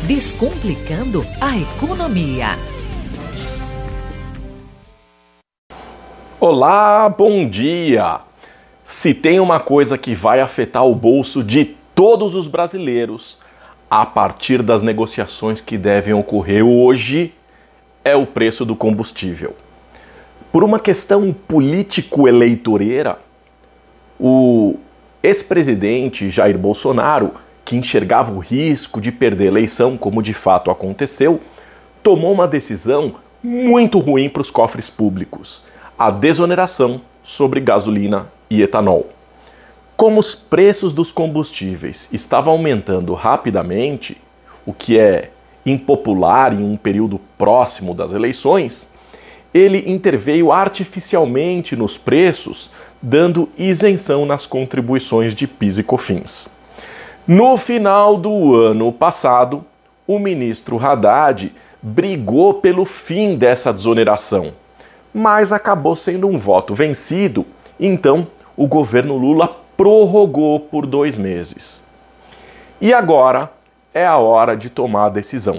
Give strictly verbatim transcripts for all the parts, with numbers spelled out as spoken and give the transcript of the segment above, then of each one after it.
Descomplicando a economia. Olá, bom dia! Se tem uma coisa que vai afetar o bolso de todos os brasileiros a partir das negociações que devem ocorrer hoje, é o preço do combustível. Por uma questão político-eleitoreira, o ex-presidente Jair Bolsonaro, que enxergava o risco de perder a eleição, como de fato aconteceu, tomou uma decisão muito ruim para os cofres públicos: a desoneração sobre gasolina e etanol. Como os preços dos combustíveis estavam aumentando rapidamente, o que é impopular em um período próximo das eleições, ele interveio artificialmente nos preços, dando isenção nas contribuições de PIS e COFINS. No final do ano passado, o ministro Haddad brigou pelo fim dessa desoneração, mas acabou sendo um voto vencido, então o governo Lula prorrogou por dois meses. E agora é a hora de tomar a decisão.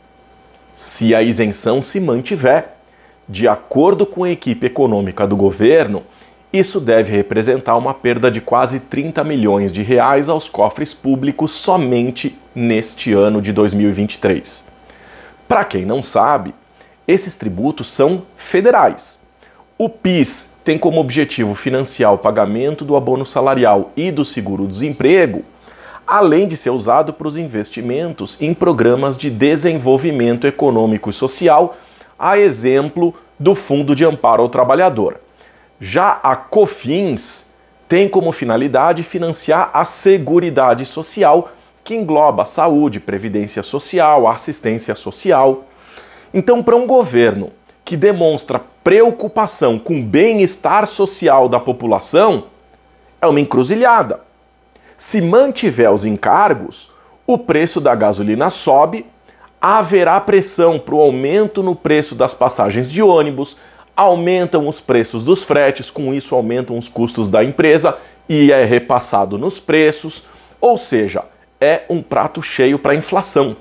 Se a isenção se mantiver, de acordo com a equipe econômica do governo, isso deve representar uma perda de quase trinta milhões de reais aos cofres públicos somente neste ano de dois mil e vinte e três. Para quem não sabe, esses tributos são federais. O PIS tem como objetivo financiar o pagamento do abono salarial e do seguro-desemprego, além de ser usado para os investimentos em programas de desenvolvimento econômico e social, a exemplo do Fundo de Amparo ao Trabalhador. Já a COFINS tem como finalidade financiar a Seguridade Social, que engloba saúde, previdência social, assistência social. Então, para um governo que demonstra preocupação com o bem-estar social da população, é uma encruzilhada. Se mantiver os encargos, o preço da gasolina sobe, haverá pressão para o aumento no preço das passagens de ônibus, aumentam os preços dos fretes, com isso aumentam os custos da empresa e é repassado nos preços, ou seja, é um prato cheio para a inflação.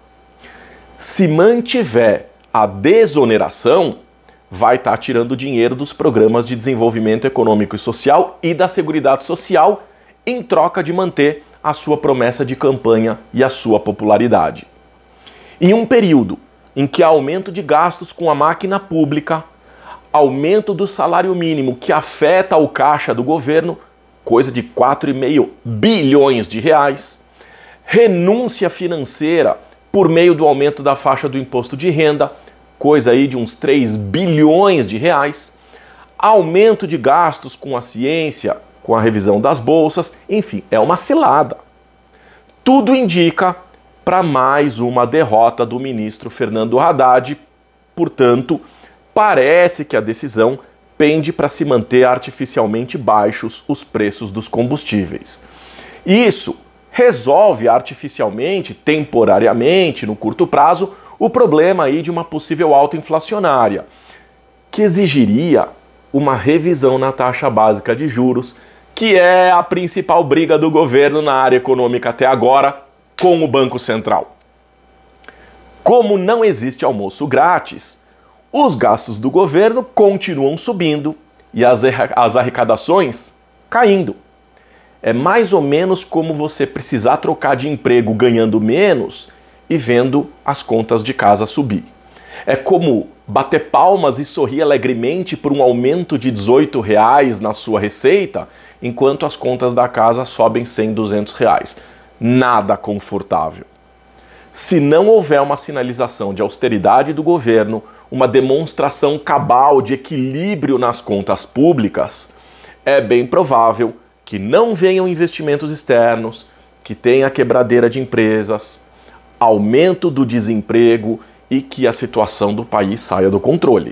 Se mantiver a desoneração, vai estar tirando dinheiro dos programas de desenvolvimento econômico e social e da Seguridade Social em troca de manter a sua promessa de campanha e a sua popularidade. Em um período em que há aumento de gastos com a máquina pública, aumento do salário mínimo que afeta o caixa do governo, coisa de quatro vírgula cinco bilhões de reais, renúncia financeira por meio do aumento da faixa do imposto de renda, coisa aí de uns três bilhões de reais, aumento de gastos com a ciência, com a revisão das bolsas, enfim, é uma cilada. Tudo indica para mais uma derrota do ministro Fernando Haddad, portanto, parece que a decisão pende para se manter artificialmente baixos os preços dos combustíveis. Isso resolve artificialmente, temporariamente, no curto prazo, o problema aí de uma possível alta inflacionária, que exigiria uma revisão na taxa básica de juros, que é a principal briga do governo na área econômica até agora com o Banco Central. Como não existe almoço grátis, os gastos do governo continuam subindo e as, as arrecadações caindo. É mais ou menos como você precisar trocar de emprego ganhando menos e vendo as contas de casa subir. É como bater palmas e sorrir alegremente por um aumento de dezoito reais na sua receita, enquanto as contas da casa sobem cem, duzentos reais. Nada confortável. Se não houver uma sinalização de austeridade do governo, uma demonstração cabal de equilíbrio nas contas públicas, é bem provável que não venham investimentos externos, que tenha quebradeira de empresas, aumento do desemprego e que a situação do país saia do controle.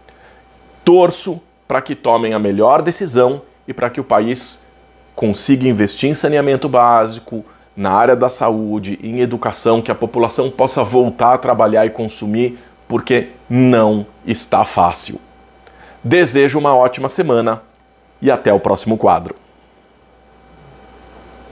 Torço para que tomem a melhor decisão e para que o país consiga investir em saneamento básico, na área da saúde, em educação, que a população possa voltar a trabalhar e consumir, porque não está fácil. Desejo uma ótima semana e até o próximo quadro.